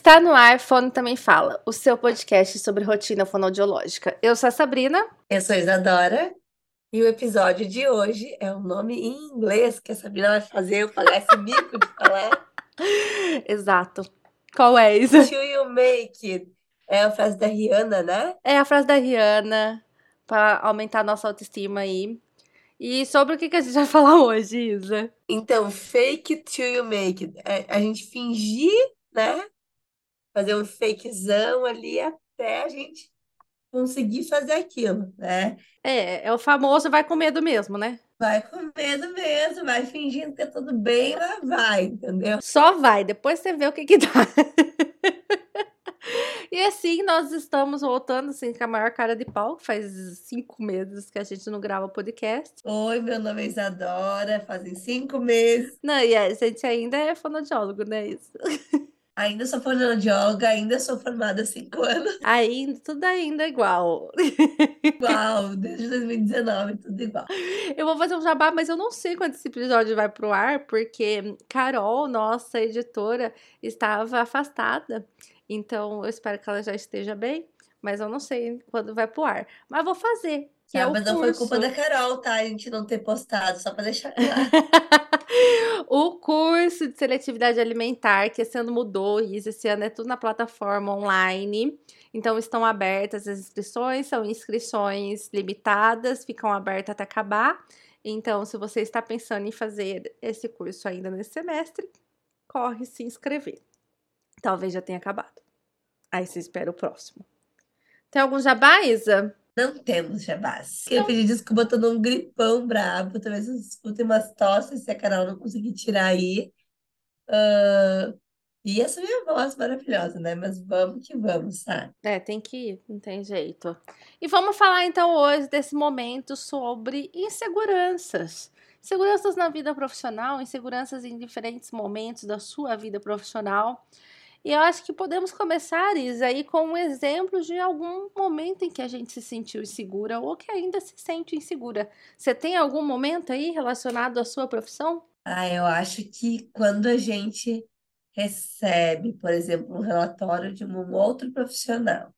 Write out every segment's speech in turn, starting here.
Está no ar, Fono Também Fala, o seu podcast sobre rotina fonoaudiológica. Eu sou a Sabrina. Eu sou a Isadora e o episódio de hoje é um nome em inglês que a Sabrina vai fazer eu pagar esse mico de falar. Exato. Qual é isso? Till you make it. É a frase da Rihanna, né? É a frase da Rihanna, para aumentar a nossa autoestima aí. E sobre o que a gente vai falar hoje, Isa? Então, fake it till you make it. É a gente fingir, né? Fazer um fakezão ali até a gente conseguir fazer aquilo, né? É o famoso vai com medo mesmo, né? Vai com medo mesmo, vai fingindo que tá tudo bem, mas vai, entendeu? Só vai, depois você vê o que dá. E assim, nós estamos voltando assim, com a maior cara de pau. Faz 5 meses que a gente não grava podcast. Oi, meu nome é Isadora, fazem 5 meses. Não, e a gente ainda é fonoaudiólogo, né? Isso. Ainda sou fonoaudióloga, ainda sou formada há 5 anos. Ainda, tudo ainda é igual. Igual, desde 2019, tudo igual. Eu vou fazer um jabá, mas eu não sei quando esse episódio vai pro ar, porque Carol, nossa editora, estava afastada. Então, eu espero que ela já esteja bem, mas eu não sei quando vai pro ar. Mas vou fazer, que é Tá? o Mas não foi culpa da curso. Carol, tá? A gente não ter postado, só pra deixar claro. O curso de seletividade alimentar, que esse ano mudou, e esse ano é tudo na plataforma online. Então, estão abertas as inscrições, são inscrições limitadas, ficam abertas até acabar. Então, se você está pensando em fazer esse curso ainda nesse semestre, corre se inscrever. Talvez já tenha acabado. Aí você espera o próximo. Tem algum jabá, Isa? Não temos jabás. Queria Então, pedir desculpa, tô num gripão brabo. Talvez vocês escutem umas tosses se a Carol não conseguir tirar aí. E essa minha voz maravilhosa, né? Mas vamos que vamos, tá? tem que ir, não tem jeito. E vamos falar então hoje desse momento sobre inseguranças. Inseguranças na vida profissional, inseguranças em diferentes momentos da sua vida profissional. E eu acho que podemos começar, Isa, aí com um exemplo de algum momento em que a gente se sentiu insegura ou que ainda se sente insegura. Você tem algum momento aí relacionado à sua profissão? Eu acho que quando a gente recebe, por exemplo, um relatório de um outro profissional,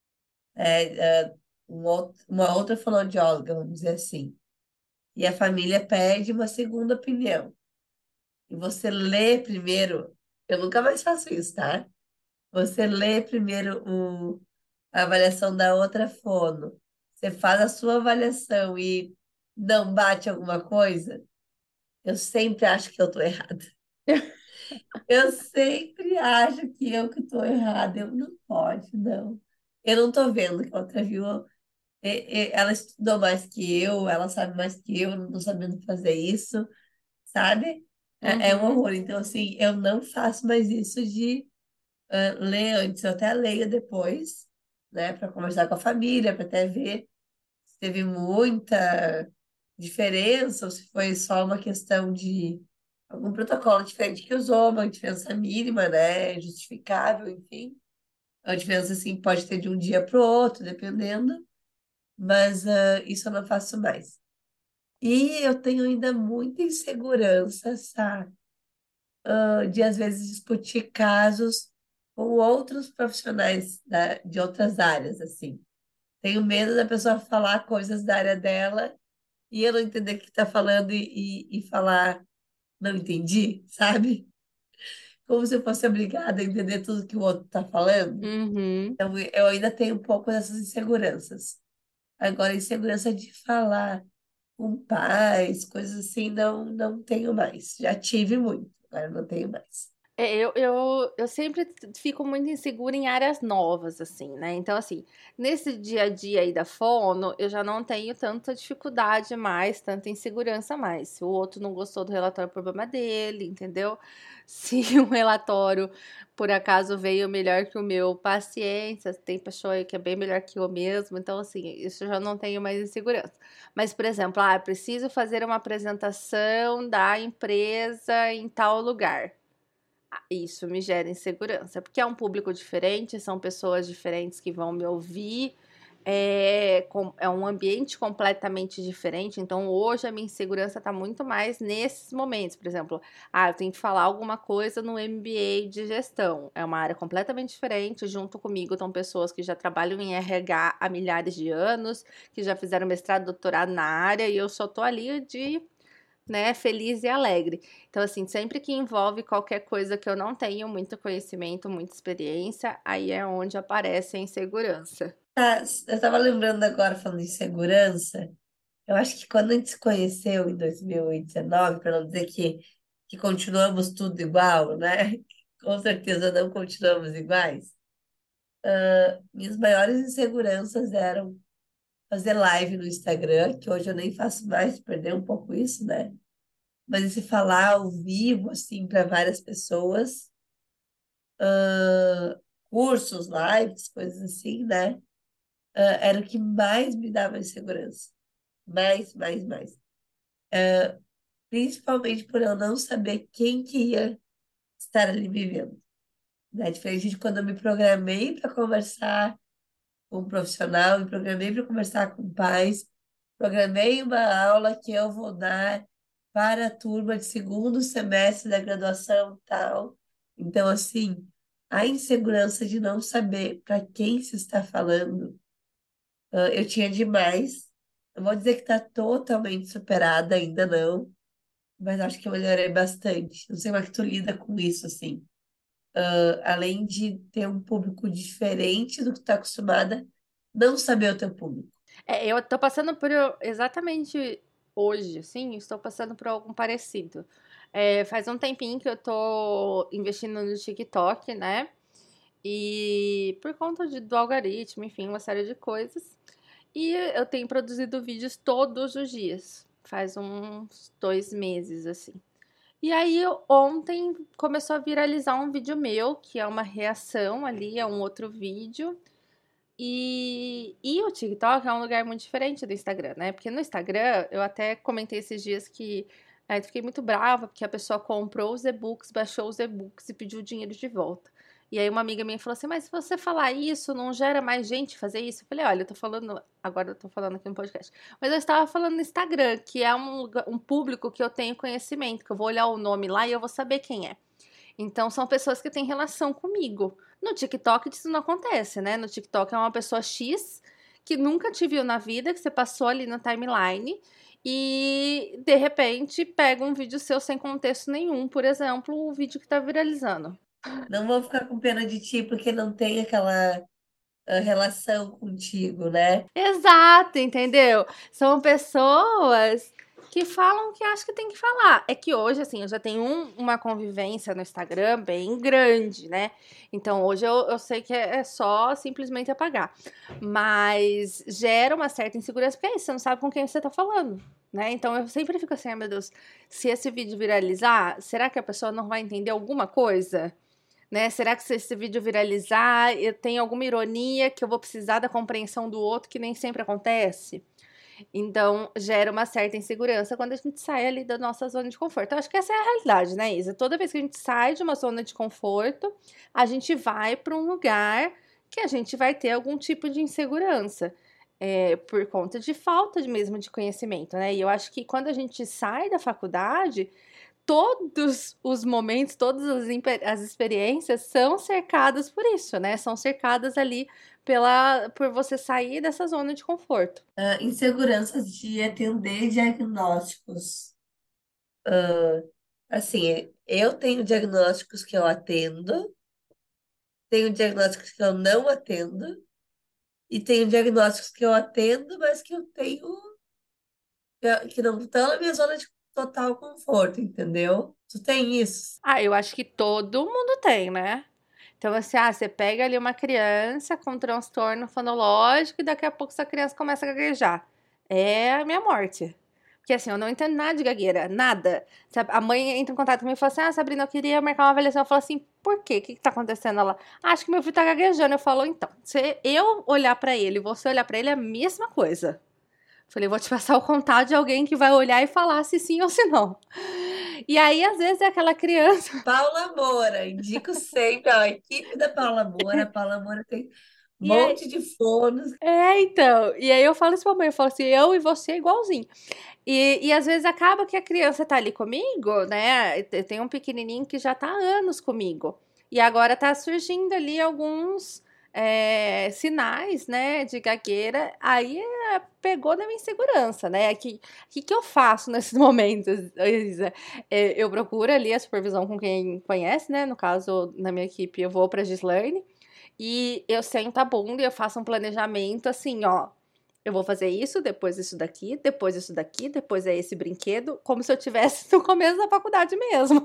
uma outra fonoaudióloga, vamos dizer assim, e a família pede uma segunda opinião. E você lê primeiro, eu nunca mais faço isso, tá? Você lê primeiro a avaliação da outra fono, você faz a sua avaliação e não bate alguma coisa, eu sempre acho que eu tô errada. Eu sempre acho que eu que tô errada. Eu não pode, não. Eu não tô vendo que a outra viu. Ela estudou mais que eu, ela sabe mais que eu não tô sabendo fazer isso, sabe? É um Uhum. horror. Então, assim, eu não faço mais isso de ler antes, eu até leio depois, né, para conversar com a família, para até ver se teve muita diferença ou se foi só uma questão de algum protocolo diferente que usou, uma diferença mínima, né, justificável, enfim. A diferença, assim, pode ter de um dia para o outro, dependendo, mas isso eu não faço mais. E eu tenho ainda muita insegurança, sabe? De às vezes discutir casos com outros profissionais de outras áreas, assim. Tenho medo da pessoa falar coisas da área dela e eu não entender o que está falando e falar, não entendi, sabe? Como se eu fosse obrigada a entender tudo que o outro está falando. Uhum. Então, eu ainda tenho um pouco dessas inseguranças. Agora, insegurança de falar com pais, coisas assim, não tenho mais. Já tive muito, agora não tenho mais. Eu sempre fico muito insegura em áreas novas, assim, né? Então, assim, nesse dia a dia aí da fono, eu já não tenho tanta dificuldade mais, tanta insegurança mais. Se o outro não gostou do relatório, é problema dele, entendeu? Se um relatório, por acaso, veio melhor que o meu, paciência, tem pessoa aí que é bem melhor que eu mesmo, então, assim, isso eu já não tenho mais insegurança. Mas, por exemplo, preciso fazer uma apresentação da empresa em tal lugar. Isso me gera insegurança, porque é um público diferente, são pessoas diferentes que vão me ouvir. é um ambiente completamente diferente. Então, hoje a minha insegurança está muito mais nesses momentos. Por exemplo, eu tenho que falar alguma coisa no MBA de gestão. É uma área completamente diferente. Junto comigo estão pessoas que já trabalham em RH há milhares de anos, que já fizeram mestrado, doutorado na área, e eu só tô ali de, né, feliz e alegre. Então, assim, sempre que envolve qualquer coisa que eu não tenho muito conhecimento, muita experiência, aí é onde aparece a insegurança. Tá, eu tava lembrando agora, falando de segurança, eu acho que quando a gente se conheceu em 2019, para não dizer que continuamos tudo igual, né? Com certeza não continuamos iguais. Minhas maiores inseguranças eram fazer live no Instagram, que hoje eu nem faço mais, perder um pouco isso, né? Mas esse falar ao vivo, assim, para várias pessoas, cursos, lives, coisas assim, né? Era o que mais me dava insegurança. Mais, mais, mais. Principalmente por eu não saber quem que ia estar ali me vendo, né? Diferente de quando eu me programei para conversar com um profissional, me programei para conversar com pais, programei uma aula que eu vou dar para a turma de segundo semestre da graduação tal. Então, assim, a insegurança de não saber para quem se está falando, eu tinha demais. Eu vou dizer que está totalmente superada, ainda não, mas acho que eu melhorei bastante. Não sei como é que tu lida com isso, assim. Além de ter um público diferente do que tu tá acostumada, não saber o teu público. Eu tô passando por exatamente hoje, assim, estou passando por algo parecido. Faz um tempinho que eu tô investindo no TikTok, né? E por conta do algoritmo, enfim, uma série de coisas. E eu tenho produzido vídeos todos os dias. Faz uns 2 meses, assim. E aí, ontem começou a viralizar um vídeo meu, que é uma reação ali a um outro vídeo. E o TikTok é um lugar muito diferente do Instagram, né? Porque no Instagram, eu até comentei esses dias que fiquei muito brava porque a pessoa comprou os e-books, baixou os e-books e pediu o dinheiro de volta. E aí uma amiga minha falou assim, mas se você falar isso, não gera mais gente fazer isso? Eu falei, olha, eu tô falando, agora eu tô falando aqui no podcast, mas eu estava falando no Instagram, que é um público que eu tenho conhecimento, que eu vou olhar o nome lá e eu vou saber quem é. Então, são pessoas que têm relação comigo. No TikTok, isso não acontece, né? No TikTok é uma pessoa X que nunca te viu na vida, que você passou ali na timeline e de repente pega um vídeo seu sem contexto nenhum, por exemplo, o vídeo que tá viralizando. Não vou ficar com pena de ti porque não tem aquela relação contigo, né? Exato, entendeu? São pessoas que falam o que acham que tem que falar. É que hoje, assim, eu já tenho uma convivência no Instagram bem grande, né? Então hoje eu sei que é só simplesmente apagar. Mas gera uma certa insegurança, porque é isso, você não sabe com quem você tá falando. Né? Então eu sempre fico assim, meu Deus, se esse vídeo viralizar, será que a pessoa não vai entender alguma coisa? Né? Será que se esse vídeo viralizar, eu tenho alguma ironia que eu vou precisar da compreensão do outro, que nem sempre acontece? Então, gera uma certa insegurança quando a gente sai ali da nossa zona de conforto. Eu acho que essa é a realidade, né, Isa? Toda vez que a gente sai de uma zona de conforto, a gente vai para um lugar que a gente vai ter algum tipo de insegurança. Por conta de falta mesmo de conhecimento, né? E eu acho que quando a gente sai da faculdade, todos os momentos, todas as experiências são cercadas por isso, né? São cercadas ali por você sair dessa zona de conforto. Inseguranças de atender diagnósticos. Assim, eu tenho diagnósticos que eu atendo, tenho diagnósticos que eu não atendo, e tenho diagnósticos que eu atendo, mas que eu tenho, que não estão na minha zona de total conforto, entendeu? Tu tem isso? Eu acho que todo mundo tem, né? Então, assim, você pega ali uma criança com transtorno fonológico e daqui a pouco essa criança começa a gaguejar. É a minha morte. Porque assim, eu não entendo nada de gagueira, nada. Sabe, a mãe entra em contato comigo e fala assim: Sabrina, eu queria marcar uma avaliação. Eu falo assim: por quê? O que tá acontecendo? Ela, acho que meu filho tá gaguejando. Eu falo: então, se eu olhar pra ele e você olhar pra ele, é a mesma coisa. Falei: vou te passar o contato de alguém que vai olhar e falar se sim ou se não. E aí, às vezes, é aquela criança. Paula Moura, indico sempre a equipe da Paula Moura. A Paula Moura tem E aí, monte de fonos. então, e aí eu falo isso pra mãe, eu falo assim, eu e você é igualzinho. E às vezes acaba que a criança tá ali comigo, né? Tem um pequenininho que já tá há anos comigo. E agora tá surgindo ali alguns sinais, né, de gagueira. Aí pegou na minha insegurança, né? Que eu faço nesses momentos, Isa? Eu procuro ali a supervisão com quem conhece, né? No caso, na minha equipe, eu vou pra Gislaine. E eu sento a bunda e eu faço um planejamento assim, ó. Eu vou fazer isso depois isso daqui, depois é esse brinquedo, como se eu tivesse no começo da faculdade mesmo.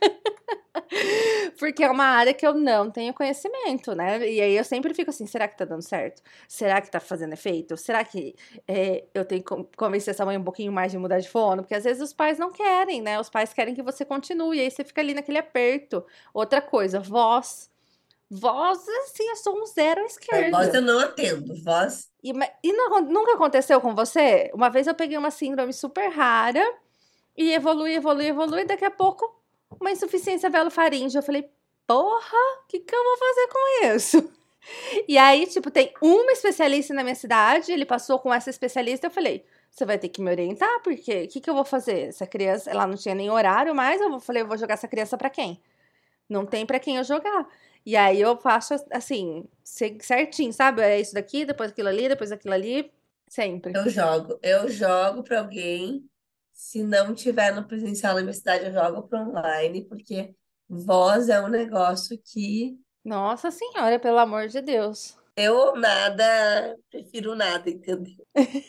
Porque é uma área que eu não tenho conhecimento, né? E aí eu sempre fico assim: será que tá dando certo? Será que tá fazendo efeito? Será que eu tenho que convencer essa mãe um pouquinho mais de mudar de fono? Porque às vezes os pais não querem, né? Os pais querem que você continue, e aí você fica ali naquele aperto. Outra coisa, voz. Voz, assim, eu sou um zero à Voz esquerda. eu não atendo. Voz. Nunca aconteceu com você? Uma vez eu peguei uma síndrome super rara e evolui, daqui a pouco uma insuficiência velofaríngea. Eu falei, porra, o que eu vou fazer com isso? E aí, tipo, tem uma especialista na minha cidade, ele passou com essa especialista, eu falei, você vai ter que me orientar, porque o que eu vou fazer? Essa criança, ela não tinha nem horário mais, falei, eu vou jogar essa criança pra quem? Não tem pra quem eu jogar. E aí eu faço assim, certinho, sabe? É isso daqui, depois aquilo ali, depois aquilo ali, sempre. Eu jogo para alguém. Se não tiver no presencial na minha cidade, eu jogo para online, porque voz é um negócio que Nossa senhora, pelo amor de Deus. eu nada, prefiro nada, entendeu?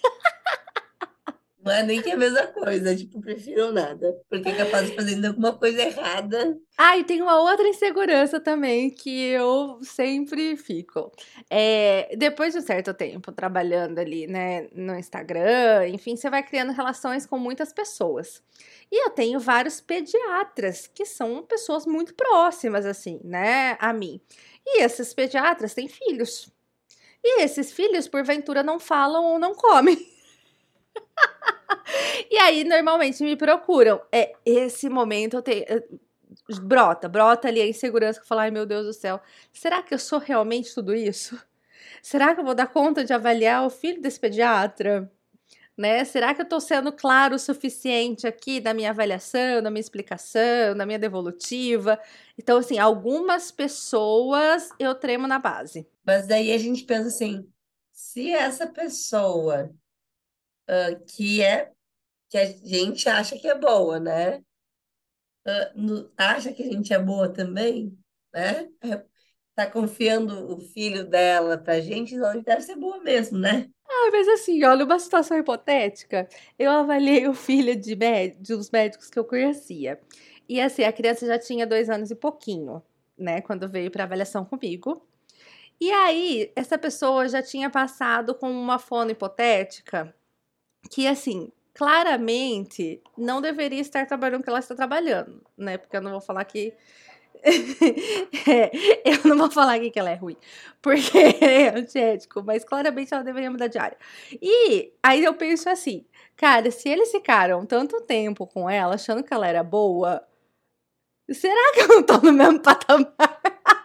Não é nem que é a mesma coisa, tipo, prefiro nada, porque é capaz de fazer alguma coisa errada. Ah, e tem uma outra insegurança também que eu sempre fico. Depois de um certo tempo trabalhando ali, né, no Instagram, enfim, você vai criando relações com muitas pessoas. E eu tenho vários pediatras que são pessoas muito próximas, assim, né, a mim. E esses pediatras têm filhos. E esses filhos, porventura, não falam ou não comem. E aí, normalmente, me procuram. Esse momento eu tenho. Brota ali a insegurança que eu falo, ai meu Deus do céu, será que eu sou realmente tudo isso? Será que eu vou dar conta de avaliar o filho desse pediatra? Né? Será que eu tô sendo claro o suficiente aqui na minha avaliação, na minha explicação, na minha devolutiva? Então, assim, algumas pessoas eu tremo na base. Mas daí a gente pensa assim, se essa pessoa que a gente acha que é boa, né? Acha que a gente é boa também, né? Tá confiando o filho dela pra gente, então a gente deve ser boa mesmo, né? Ah, mas assim, olha, uma situação hipotética, eu avaliei o filho de uns médicos que eu conhecia. E assim, a criança já tinha 2 anos e pouquinho, né, quando veio para avaliação comigo. E aí, essa pessoa já tinha passado com uma fono hipotética que, assim, claramente não deveria estar trabalhando o que ela está trabalhando, né? Porque eu não vou falar que eu não vou falar aqui que ela é ruim, porque é antiético, mas claramente ela deveria mudar de área. E aí eu penso assim, cara, se eles ficaram tanto tempo com ela achando que ela era boa, será que eu não tô no mesmo patamar?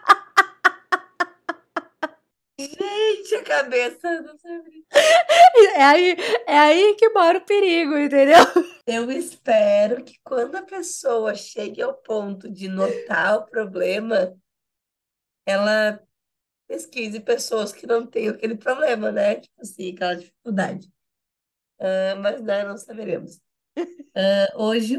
Gente, a cabeça não sabe. É aí, é aí que mora o perigo, entendeu? Eu espero que quando a pessoa chegue ao ponto de notar o problema, ela pesquise pessoas que não têm aquele problema, né? Tipo assim, aquela dificuldade. Mas não saberemos. Hoje,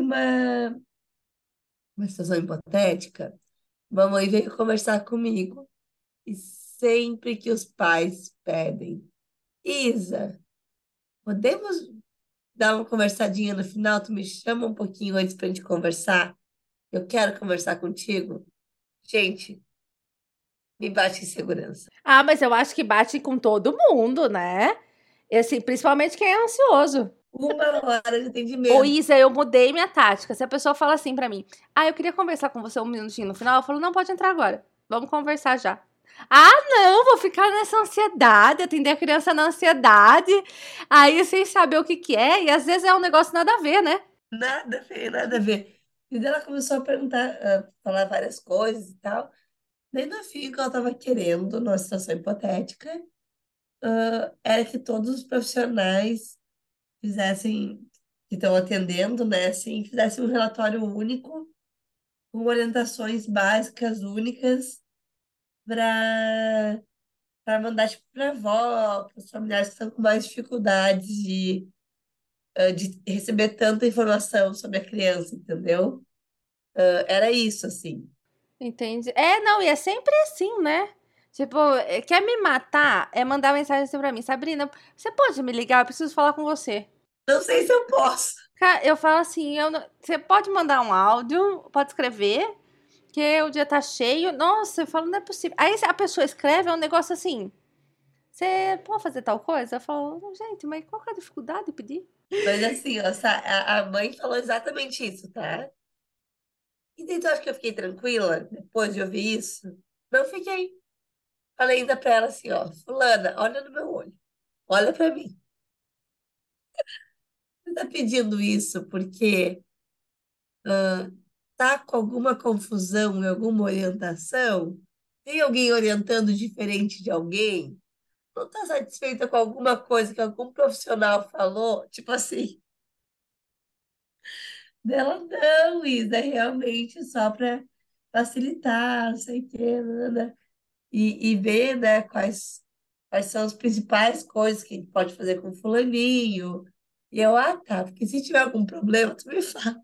uma situação hipotética, mamãe veio conversar comigo e sempre que os pais pedem, Isa, podemos dar uma conversadinha no final? Tu me chama um pouquinho antes pra gente conversar? Eu quero conversar contigo. Gente, me bate insegurança. Ah, mas eu acho que bate com todo mundo, né? E assim, principalmente quem é ansioso. 1 hora de Ô, atendimento. Isa, eu mudei minha tática. Se a pessoa fala assim pra mim, ah, eu queria conversar com você um minutinho no final, eu falo, não, pode entrar agora. Vamos conversar já. Ah, não, vou ficar nessa ansiedade, atender a criança na ansiedade, aí sem saber o que que é, e às vezes é um negócio nada a ver, né? Nada a ver, nada a ver. E daí ela começou a perguntar, a falar várias coisas e tal. nem no fim o que ela estava querendo, numa situação hipotética, era que todos os profissionais fizessem, que estão atendendo, né, assim, fizessem um relatório único, com orientações básicas únicas para mandar tipo, para a avó, para os familiares que estão com mais dificuldades de receber tanta informação sobre a criança, entendeu? Era isso, assim. Entende? É, não, e é sempre assim, né? Tipo, quer me matar? É mandar mensagem assim pra mim, Sabrina, você pode me ligar? Eu preciso falar com você. Não sei se eu posso, Cara, eu falo assim, você pode mandar um áudio, pode escrever, que o dia tá cheio. Nossa, eu falo, não é possível. Aí a pessoa escreve, é um negócio assim, você pode fazer tal coisa? Eu falo, gente, mas qual que é a dificuldade de pedir? mas assim, ó, a mãe falou exatamente isso, tá? E daí tu acha que eu fiquei tranquila depois de ouvir isso? Não fiquei. Falei ainda pra ela assim, ó, fulana, olha no meu olho, olha pra mim. Você tá pedindo isso porque tá com alguma confusão em alguma orientação? Tem alguém orientando diferente de alguém? Não tá satisfeita com alguma coisa que algum profissional falou? Tipo assim, dela, não, Isa, é realmente só para facilitar, não sei o quê, né? E ver, né, quais são as principais coisas que a gente pode fazer com fulaninho. E eu, tá, porque se tiver algum problema, tu me fala.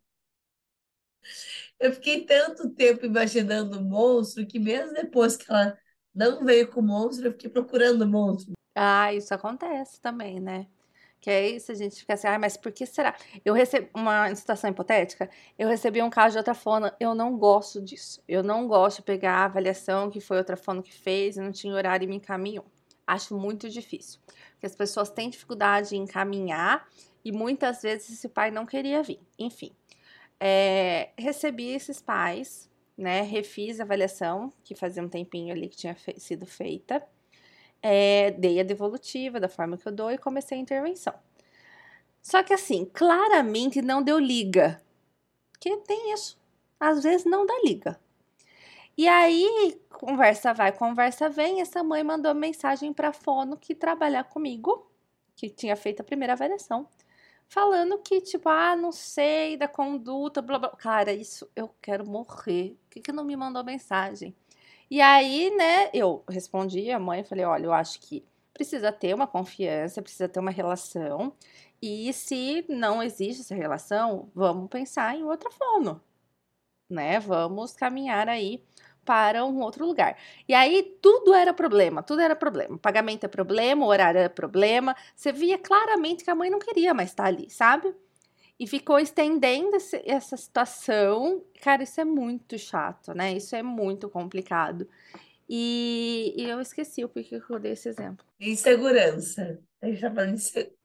Eu fiquei tanto tempo imaginando o monstro que mesmo depois que ela não veio com o monstro, eu fiquei procurando o monstro. Ah, isso acontece também, né? Que é isso, a gente fica assim, ah, mas por que será? Eu recebi uma situação hipotética, eu recebi um caso de outra fono, eu não gosto disso. Eu não gosto de pegar a avaliação que foi outra fono que fez e não tinha horário e me encaminhou. Acho muito difícil. Porque as pessoas têm dificuldade em encaminhar e muitas vezes esse pai não queria vir. Enfim, recebi esses pais, né? Refiz a avaliação, que fazia um tempinho ali que tinha sido feita. Dei a devolutiva da forma que eu dou e comecei a intervenção. Só que assim, claramente não deu liga. Que tem isso. Às vezes não dá liga. E aí, conversa vai, conversa vem, essa mãe mandou mensagem para a fono que trabalhar comigo, que tinha feito a primeira avaliação, falando que, tipo, não sei da conduta, blá blá. Cara, isso eu quero morrer. Por que não me mandou mensagem? E aí, né, eu respondi a mãe, falei, olha, eu acho que precisa ter uma confiança, precisa ter uma relação, e se não existe essa relação, vamos pensar em outra forma, né? Vamos caminhar aí para um outro lugar. E aí tudo era problema, tudo era problema. O pagamento é problema, o horário é problema. Você via claramente que a mãe não queria mais estar ali, sabe? E ficou estendendo essa situação. Cara, isso é muito chato, né? Isso é muito complicado. E eu esqueci o porquê que eu dei esse exemplo. Insegurança. A gente tá falando de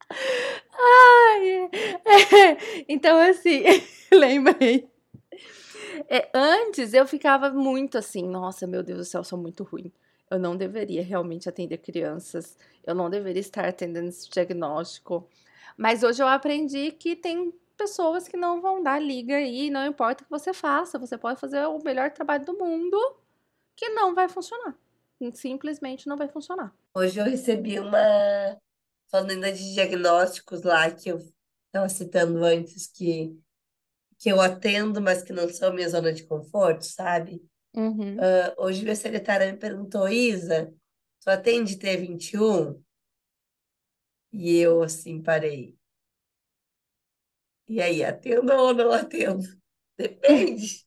Ai, então, assim, lembrei. Antes eu ficava muito assim, nossa, meu Deus do céu, eu sou muito ruim. Eu não deveria realmente atender crianças. Eu não deveria estar atendendo esse diagnóstico. Mas hoje eu aprendi que tem pessoas que não vão dar liga aí, não importa o que você faça, você pode fazer o melhor trabalho do mundo, que não vai funcionar. Simplesmente não vai funcionar. Hoje eu recebi uma, falando ainda de diagnósticos lá que eu estava citando antes, que eu atendo, mas que não são minha zona de conforto, sabe? Uhum. Hoje minha secretária me perguntou, Isa, tu atende T21? E eu, assim, parei. E aí, atendo ou não atendo? Depende.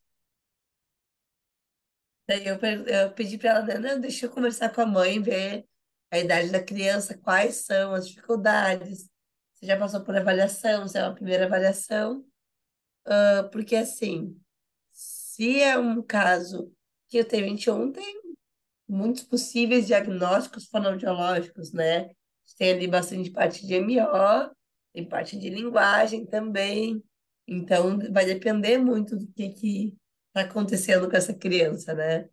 Daí eu pedi para ela, né, não, deixa eu conversar com a mãe, ver a idade da criança, quais são as dificuldades, se já passou por avaliação, se é uma primeira avaliação. Porque, assim, se é um caso que o T21 tem muitos possíveis diagnósticos fonoaudiológicos, né? Tem ali bastante parte de MO, tem parte de linguagem também. Então, vai depender muito do que está acontecendo com essa criança, né?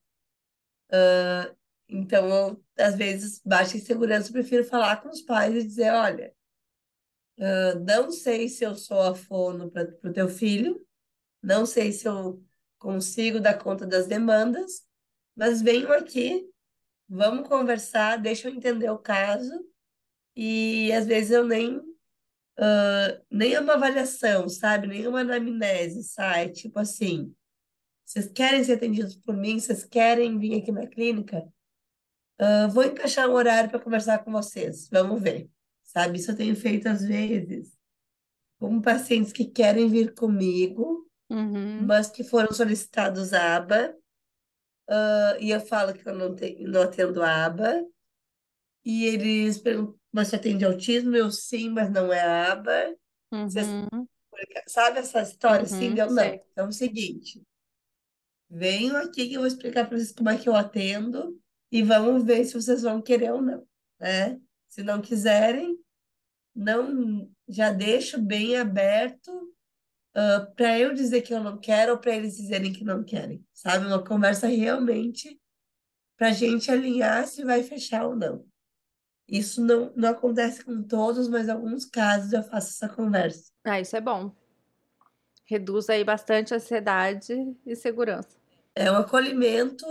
Então, às vezes, baixa insegurança, eu prefiro falar com os pais e dizer, olha, não sei se eu sou a fono para o teu filho, não sei se eu consigo dar conta das demandas, mas venham aqui, vamos conversar, deixa eu entender o caso. E às vezes eu nem é uma avaliação, sabe? Nem uma anamnese, sai. Tipo assim, vocês querem ser atendidos por mim? Vocês querem vir aqui na clínica? Vou encaixar um horário para conversar com vocês. Vamos ver. Sabe? Isso eu tenho feito às vezes com pacientes que querem vir comigo, Uhum, mas que foram solicitados aba, e eu falo que eu não atendo aba, e eles perguntam, mas você atende autismo? Eu sim, mas não é aba. Vocês, uhum, sabe essa história assim? uhum, Deu não. sei. Então é o seguinte, venham aqui que eu vou explicar para vocês como é que eu atendo e vamos ver se vocês vão querer ou não, né? Se não quiserem, não, já deixo bem aberto para eu dizer que eu não quero ou para eles dizerem que não querem, sabe? Uma conversa realmente para a gente alinhar se vai fechar ou não. Isso não acontece com todos, mas em alguns casos eu faço essa conversa. Ah, isso é bom. Reduz aí bastante a ansiedade e segurança. É um acolhimento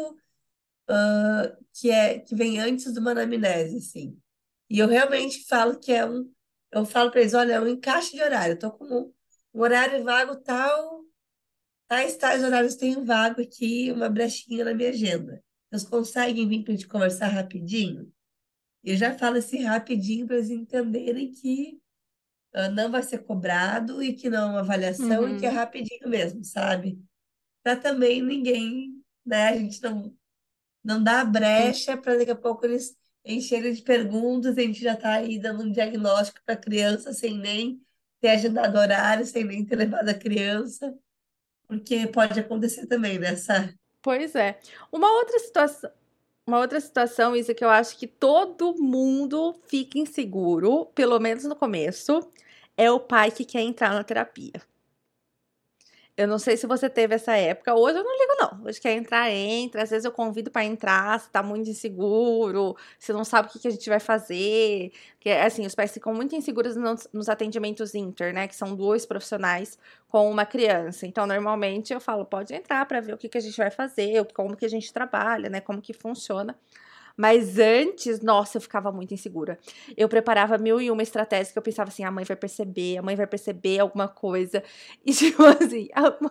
que vem antes de uma anamnese, assim. E eu realmente falo que eu falo para eles, olha, é um encaixe de horário. Eu tô com um horário vago tal, tais horários tenho vago aqui, uma brechinha na minha agenda. Vocês conseguem vir para a gente conversar rapidinho? Eu já falo assim rapidinho para eles entenderem que não vai ser cobrado e que não é uma avaliação e que é Uhum. rapidinho mesmo, sabe? Para também ninguém, né? A gente não dá brecha para daqui a pouco eles encherem de perguntas, e a gente já está aí dando um diagnóstico para a criança sem nem ter agendado horário, sem nem ter levado a criança, porque pode acontecer também nessa. Pois é. Uma outra situação, Isa, que eu acho que todo mundo fica inseguro, pelo menos no começo, é o pai que quer entrar na terapia. Eu não sei se você teve essa época. Hoje eu não ligo, não. Hoje quer entrar, entra. Às vezes eu convido pra entrar, se tá muito inseguro, se não sabe o que que a gente vai fazer. Porque, assim, os pais ficam muito inseguros nos atendimentos inter, né? Que são dois profissionais com uma criança. Então, normalmente eu falo, pode entrar pra ver o que que a gente vai fazer, como que a gente trabalha, né? Como que funciona. Mas antes, nossa, eu ficava muito insegura. Eu preparava mil e uma estratégias que eu pensava assim, a mãe vai perceber alguma coisa. E tipo assim,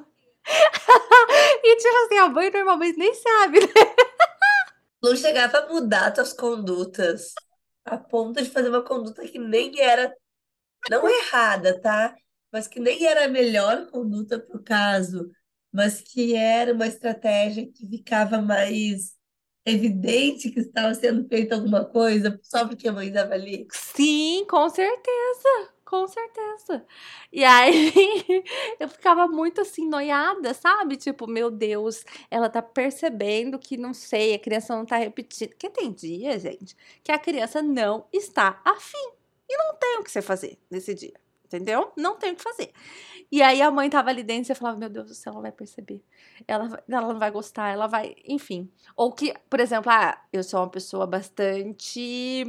e tipo assim, a mãe normalmente nem sabe, né? Não chegava a mudar suas condutas a ponto de fazer uma conduta que nem era, não errada, tá? Mas que nem era a melhor conduta para o caso, mas que era uma estratégia que ficava mais evidente que estava sendo feita alguma coisa só porque a mãe estava ali. Sim, com certeza. Com certeza. E aí eu ficava muito assim, noiada, sabe? Tipo, meu Deus, ela tá percebendo que não sei, a criança não tá repetindo. Porque tem dia, gente, que a criança não está afim. E não tem o que você fazer nesse dia. Entendeu? Não tem o que fazer. E aí a mãe tava ali dentro e você falava, meu Deus do céu, ela vai perceber. Ela não vai gostar, ela vai. Enfim. Ou que, por exemplo, eu sou uma pessoa bastante.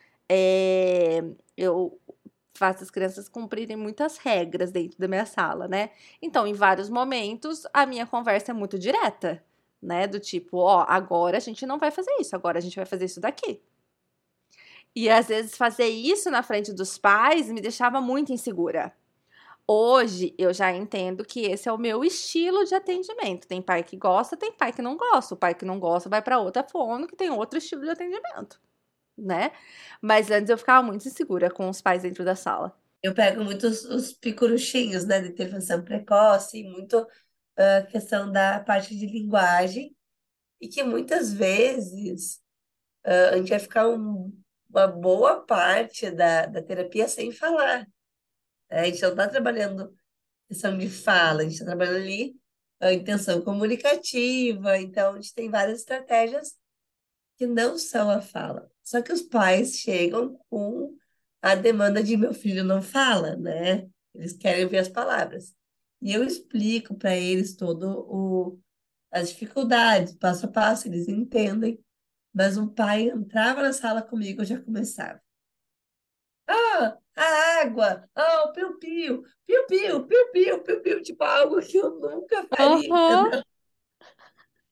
Eu faço as crianças cumprirem muitas regras dentro da minha sala, né? Então, em vários momentos, a minha conversa é muito direta, né? Do tipo, ó, agora a gente não vai fazer isso, agora a gente vai fazer isso daqui. E às vezes fazer isso na frente dos pais me deixava muito insegura. Hoje eu já entendo que esse é o meu estilo de atendimento. Tem pai que gosta, tem pai que não gosta. O pai que não gosta vai para outra fono que tem outro estilo de atendimento, né? Mas antes eu ficava muito insegura com os pais dentro da sala. Eu pego muito os picuruchinhos, né, de intervenção precoce, e muito questão da parte de linguagem, e que muitas vezes a gente vai ficar uma boa parte da terapia sem falar, né? A gente não está trabalhando questão de fala, a gente está trabalhando ali a intenção comunicativa, então a gente tem várias estratégias que não são a fala. Só que os pais chegam com a demanda de meu filho não fala, né? Eles querem ver as palavras. E eu explico para eles as dificuldades, passo a passo, eles entendem. Mas um pai entrava na sala comigo, eu já começava. Ah, a água! Ah, o piu-piu! Piu-piu, piu-piu, piu-piu, tipo algo que eu nunca faria, Aham. entendeu?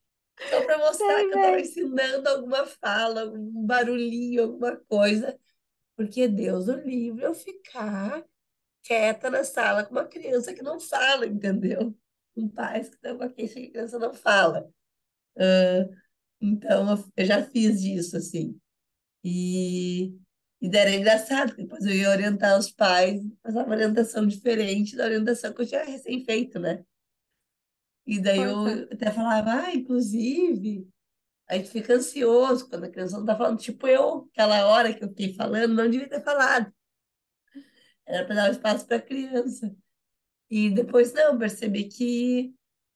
Só para mostrar Sei que eu estava bem. ensinando alguma fala, algum barulhinho, alguma coisa. Porque Deus o livre eu ficar quieta na sala com uma criança que não fala, entendeu? Com pais que estão com a queixa que a criança não fala. Então, eu já fiz disso, assim. E, e daí era engraçado, porque depois eu ia orientar os pais, mas uma orientação diferente da orientação que eu tinha recém feito, né? E daí Pois é. eu até falava, inclusive, a gente fica ansioso quando a criança não tá falando. Tipo eu, aquela hora que eu fiquei falando, não devia ter falado. Era para dar um espaço para a criança. E depois, não, percebi que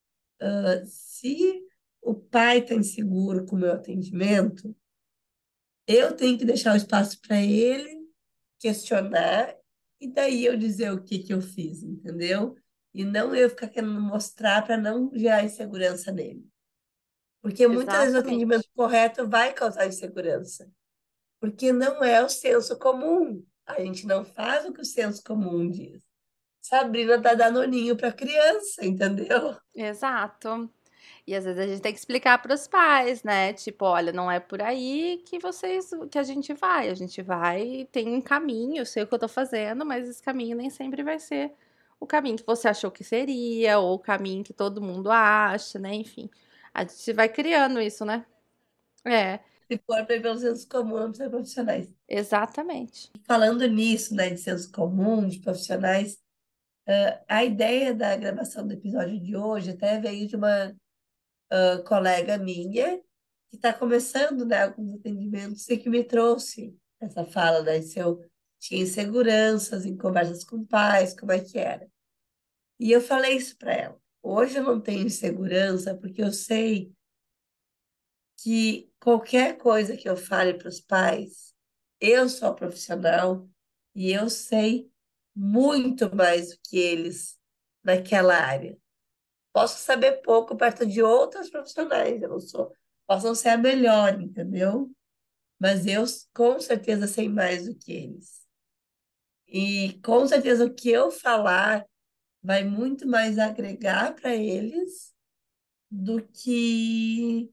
se o pai está inseguro com o meu atendimento, eu tenho que deixar o espaço para ele questionar e daí eu dizer o que que eu fiz, entendeu? E não eu ficar querendo mostrar para não gerar insegurança nele. Porque muitas vezes o atendimento Exatamente. correto vai causar insegurança. Porque não é o senso comum. A gente não faz o que o senso comum diz. Sabrina dá danoninho para criança, entendeu? Exato. E às vezes a gente tem que explicar para os pais, né? Tipo, olha, não é por aí que vocês, que a gente vai. A gente vai, tem um caminho, eu sei o que eu tô fazendo, mas esse caminho nem sempre vai ser o caminho que você achou que seria, ou o caminho que todo mundo acha, né? Enfim, a gente vai criando isso, né? É, Se for para ir pelo senso comum, não precisa de profissionais. exatamente. Falando nisso, né, de senso comum, de profissionais, a ideia da gravação do episódio de hoje até veio de uma colega minha que está começando, né, alguns atendimentos e que me trouxe essa fala, né, se eu tinha inseguranças em conversas com pais, como é que era. E eu falei isso para ela. Hoje eu não tenho insegurança porque eu sei que qualquer coisa que eu fale para os pais, eu sou profissional e eu sei muito mais do que eles naquela área. Posso saber pouco perto de outros profissionais, eu não sou, posso não ser a melhor, entendeu? Mas eu com certeza sei mais do que eles. E com certeza o que eu falar vai muito mais agregar para eles do que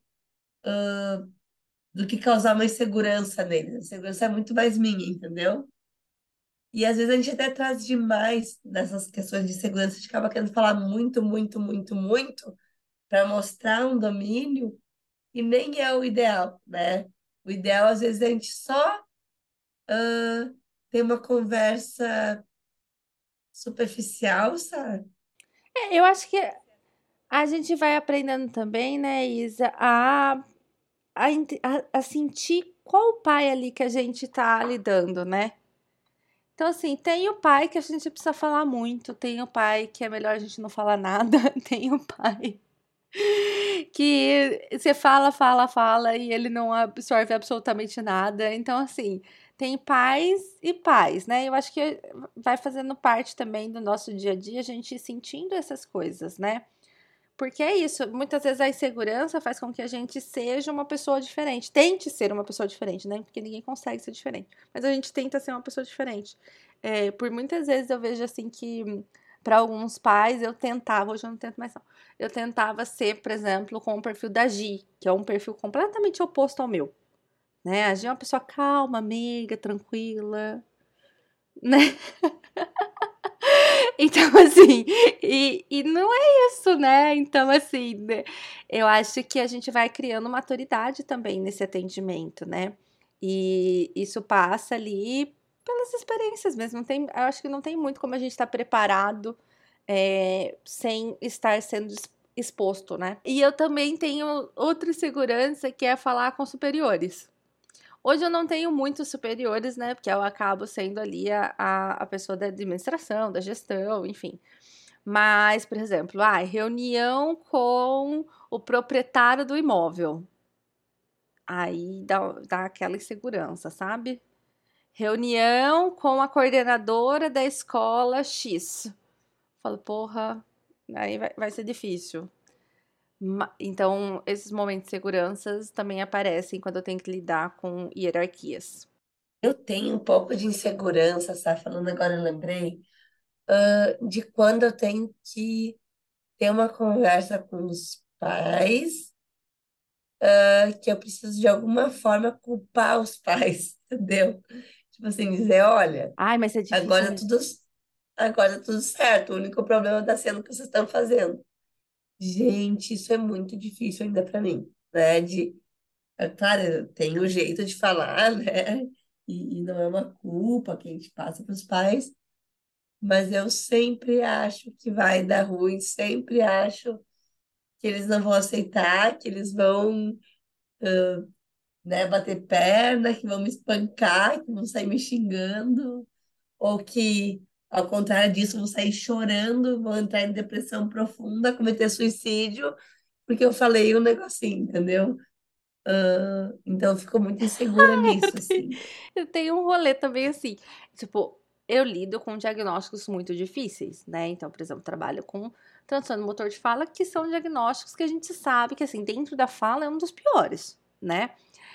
causar uma insegurança neles. A insegurança é muito mais minha, entendeu? E às vezes a gente até traz demais nessas questões de segurança, a gente acaba querendo falar muito, muito, muito, muito para mostrar um domínio e nem é o ideal, né? O ideal, às vezes, é a gente só ter uma conversa superficial, sabe? É, eu acho que a gente vai aprendendo também, né, Isa, a sentir qual pai ali que a gente tá lidando, né? Então, assim, tem o pai que a gente precisa falar muito, tem o pai que é melhor a gente não falar nada, tem o pai que você fala, fala, fala e ele não absorve absolutamente nada. Então, assim, tem pais e pais, né? Eu acho que vai fazendo parte também do nosso dia a dia a gente ir sentindo essas coisas, né? Porque é isso, muitas vezes a insegurança faz com que a gente seja uma pessoa diferente, tente ser uma pessoa diferente, né? Porque ninguém consegue ser diferente, mas a gente tenta ser uma pessoa diferente. É, por muitas vezes eu vejo assim que para alguns pais eu tentava, hoje eu não tento mais não, eu tentava ser, por exemplo, com o perfil da Gi, que é um perfil completamente oposto ao meu, né? A Gi é uma pessoa calma, amiga, tranquila, né? Então, assim, e não é isso, né? Então, assim, né, eu acho que a gente vai criando maturidade também nesse atendimento, né? E isso passa ali pelas experiências mesmo. Não tem, eu acho que não tem muito como a gente estar preparado sem estar sendo exposto, né? E eu também tenho outra segurança que é falar com superiores. Hoje eu não tenho muitos superiores, né? Porque eu acabo sendo ali a pessoa da administração, da gestão, enfim. Mas, por exemplo, reunião com o proprietário do imóvel. Aí dá aquela insegurança, sabe? Reunião com a coordenadora da escola X. Falo, porra, aí vai ser difícil. Então, esses momentos de segurança também aparecem quando eu tenho que lidar com hierarquias. Eu tenho um pouco de insegurança, sabe? Falando agora, eu lembrei, de quando eu tenho que ter uma conversa com os pais que eu preciso de alguma forma culpar os pais, entendeu? Tipo assim, dizer, olha, Ai, mas é difícil agora mesmo. tudo, agora tudo certo, o único problema está sendo o que vocês estão fazendo. Gente, isso é muito difícil ainda para mim, né? É claro, eu tenho o jeito de falar, né? E não é uma culpa que a gente passa para os pais, mas eu sempre acho que vai dar ruim, sempre acho que eles não vão aceitar, que eles vão, né, bater perna, que vão me espancar, que vão sair me xingando, ou que, ao contrário disso, vão sair chorando, vão entrar em depressão profunda, cometer suicídio, porque eu falei um negocinho, entendeu? Então, eu fico muito insegura Eu nisso, tenho, assim. eu tenho um rolê também assim. Tipo, eu lido com diagnósticos muito difíceis, né? Então, por exemplo, trabalho com transtorno motor de fala, que são diagnósticos que a gente sabe que, assim, dentro da fala é um dos piores, né?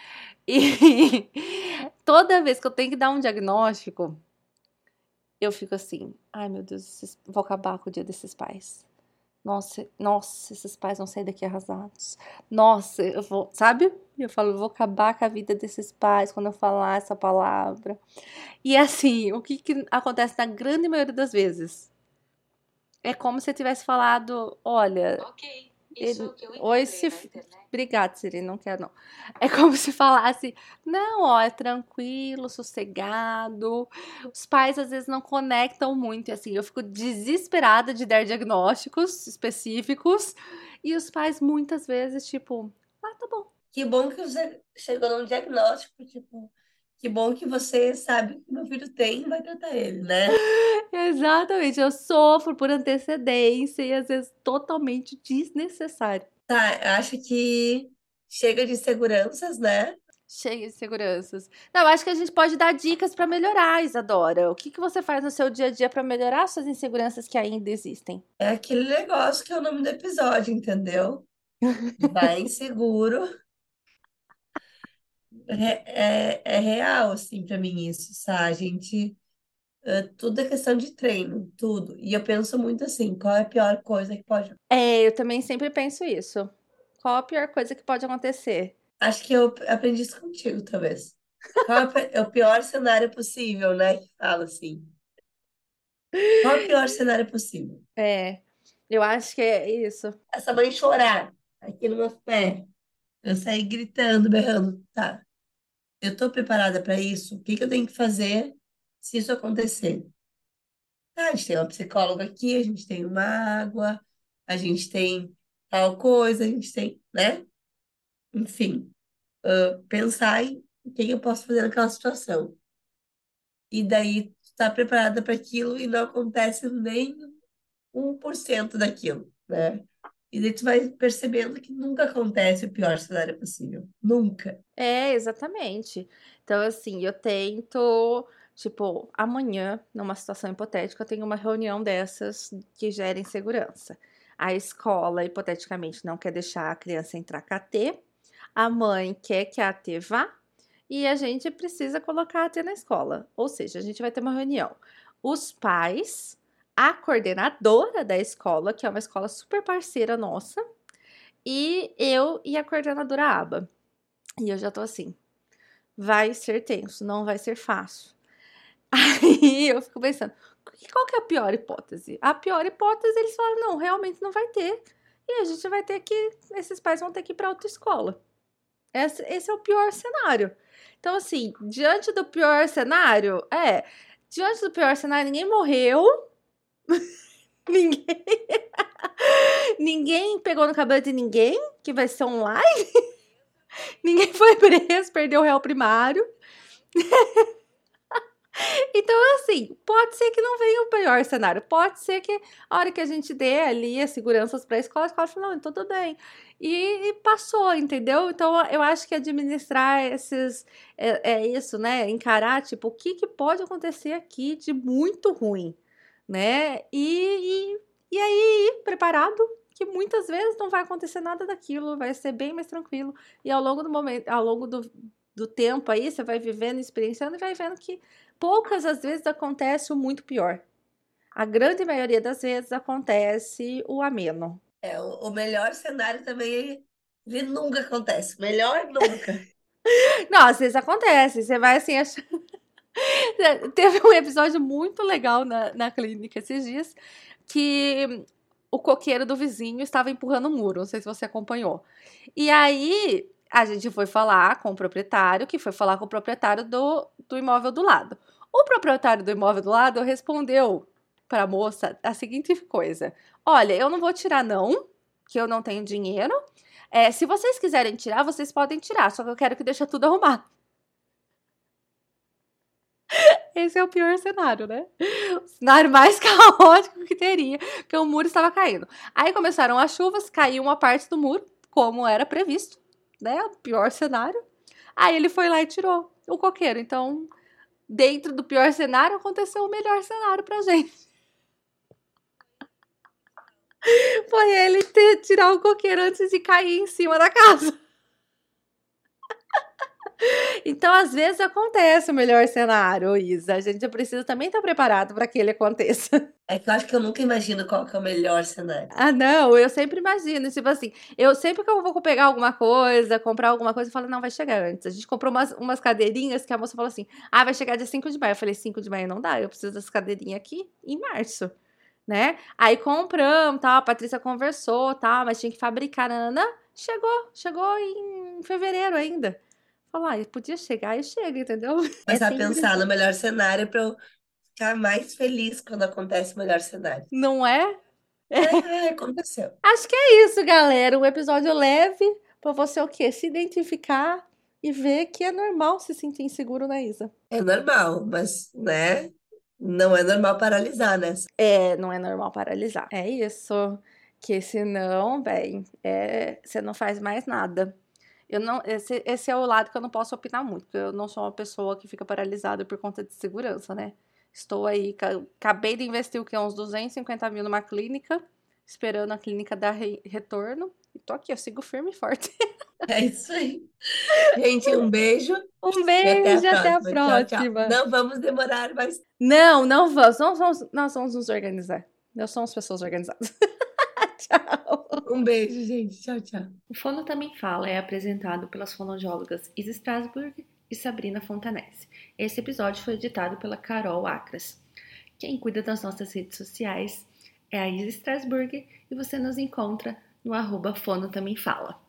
E toda vez que eu tenho que dar um diagnóstico, eu fico assim, ai meu Deus, vou acabar com o dia desses pais. Nossa, nossa, esses pais vão sair daqui arrasados. Nossa, eu vou, sabe? Eu falo, eu vou acabar com a vida desses pais quando eu falar essa palavra. E assim, o que que acontece na grande maioria das vezes? É como se eu tivesse falado, olha, Ok, isso é ele, o que eu oi, encontrei na internet. Obrigada, Siri, não quero não. É como se falasse, não, ó, é tranquilo, sossegado. Os pais às vezes não conectam muito, e assim, eu fico desesperada de dar diagnósticos específicos, e os pais muitas vezes, tipo, ah, tá bom. Que bom que você chegou num diagnóstico, tipo, que bom que você sabe que meu filho tem e vai tratar ele, né? Exatamente, eu sofro por antecedência e às vezes totalmente desnecessário. Tá, acho que chega de seguranças, né? Cheio de seguranças. Não, eu acho que a gente pode dar dicas para melhorar, Isadora. O que que você faz no seu dia a dia para melhorar suas inseguranças que ainda existem? É aquele negócio que é o nome do episódio, entendeu? Vai inseguro. É real, assim, pra mim isso, sabe? A gente, tudo é questão de treino, tudo. E eu penso muito assim, qual é a pior coisa que pode. É, eu também sempre penso isso. Qual a pior coisa que pode acontecer? Acho que eu aprendi isso contigo, talvez. Qual é é o pior cenário possível, né? Que fala assim. Qual é o pior cenário possível? É, eu acho que é isso. Essa mãe chorar aqui no meu pé, eu sair gritando, berrando. Tá, eu tô preparada para isso? O que que eu tenho que fazer se isso acontecer? Ah, a gente tem uma psicóloga aqui, a gente tem uma água, a gente tem tal coisa, a gente tem, né? Enfim, pensar em o que que eu posso fazer naquela situação. E daí, tu tá preparada para aquilo e não acontece nem 1% daquilo, né? E daí tu vai percebendo que nunca acontece o pior cenário possível. Nunca. É, exatamente. Então, assim, eu tento, tipo, amanhã, numa situação hipotética, eu tenho uma reunião dessas que gera insegurança. A escola, hipoteticamente, não quer deixar a criança entrar com a T, a mãe quer que a AT vá, e a gente precisa colocar a AT na escola. Ou seja, a gente vai ter uma reunião. Os pais, a coordenadora da escola, que é uma escola super parceira nossa, e eu e a coordenadora aba. E eu já tô assim, vai ser tenso, não vai ser fácil. Aí eu fico pensando, qual que é a pior hipótese? A pior hipótese, eles falam, não, realmente não vai ter. E a gente vai ter que, esses pais vão ter que ir para outra escola. Esse é o pior cenário. Então, assim, diante do pior cenário, diante do pior cenário, ninguém morreu, ninguém, ninguém pegou no cabelo de ninguém, que vai ser online, ninguém foi preso, perdeu o réu primário. Então, assim, pode ser que não venha o pior cenário. Pode ser que a hora que a gente dê ali as seguranças para a escola fala, não, tudo bem. E passou, entendeu? Então, eu acho que administrar esses. É isso, né? Encarar, tipo, o que, que pode acontecer aqui de muito ruim, né? E aí, ir preparado, que muitas vezes não vai acontecer nada daquilo, vai ser bem mais tranquilo. E ao longo do momento, ao longo do tempo aí, você vai vivendo, experienciando e vai vendo que poucas às vezes acontece o muito pior. A grande maioria das vezes acontece o ameno. O melhor cenário também Ele nunca acontece. Melhor nunca. Não, às vezes acontece. Você vai assim, teve um episódio muito legal na clínica esses dias que o coqueiro do vizinho estava empurrando o muro. Não sei se você acompanhou. E aí a gente foi falar com o proprietário, que foi falar com o proprietário do imóvel do lado. O proprietário do imóvel do lado respondeu para a moça a seguinte coisa: Olha, eu não vou tirar, não, que eu não tenho dinheiro. Se vocês quiserem tirar, vocês podem tirar, só que eu quero que deixe tudo arrumado. Esse é o pior cenário, né? O cenário mais caótico que teria, porque o muro estava caindo. Aí começaram as chuvas, caiu uma parte do muro, como era previsto, né? O pior cenário. Aí ele foi lá e tirou o coqueiro. Então, dentro do pior cenário, aconteceu o melhor cenário pra gente. Foi ele tirar o coqueiro antes de cair em cima da casa. Então, às vezes acontece o melhor cenário, Isa. A gente precisa também estar preparado para que ele aconteça. É que eu acho que eu nunca imagino qual que é o melhor cenário. Ah, não, eu sempre imagino, tipo assim, eu sempre que eu vou pegar alguma coisa, comprar alguma coisa, eu falo, não, vai chegar antes. A gente comprou umas cadeirinhas que a moça falou assim, vai chegar dia 5 de maio. Eu falei, 5 de maio não dá, eu preciso dessa cadeirinha aqui em março, né? Aí compramos, tal, a Patrícia conversou, tal, mas tinha que fabricar, nananã. Chegou em fevereiro ainda. Falar, podia chegar e chega, entendeu? É Começar a sempre pensar assim. no melhor cenário para eu ficar mais feliz quando acontece o melhor cenário. Não é? Aconteceu. Acho que é isso, galera. Um episódio leve pra você o quê? Se identificar e ver que é normal se sentir inseguro na Isa. É normal, mas, né? Não é normal paralisar, né? Não é normal paralisar. É isso. Que senão, bem, você não faz mais nada. Eu não, esse é o lado que eu não posso opinar muito, porque eu não sou uma pessoa que fica paralisada por conta de segurança, né? Estou aí, acabei de investir o quê? Uns 250 mil numa clínica, esperando a clínica dar retorno. E tô aqui, eu sigo firme e forte. É isso aí. Gente, um beijo Um e até a beijo, até a próxima. Tchau, tchau. próxima. Não vamos demorar mais. Não vamos. Nós vamos nos organizar. Nós somos pessoas organizadas. Tchau. Um beijo, gente. Tchau, tchau. O Fono Também Fala é apresentado pelas fonoaudiólogas Isa Strasburg e Sabrina Fontanese. Esse episódio foi editado pela Carol Acras. Quem cuida das nossas redes sociais é a Isa Strasburg e você nos encontra no @Fono Também Fala.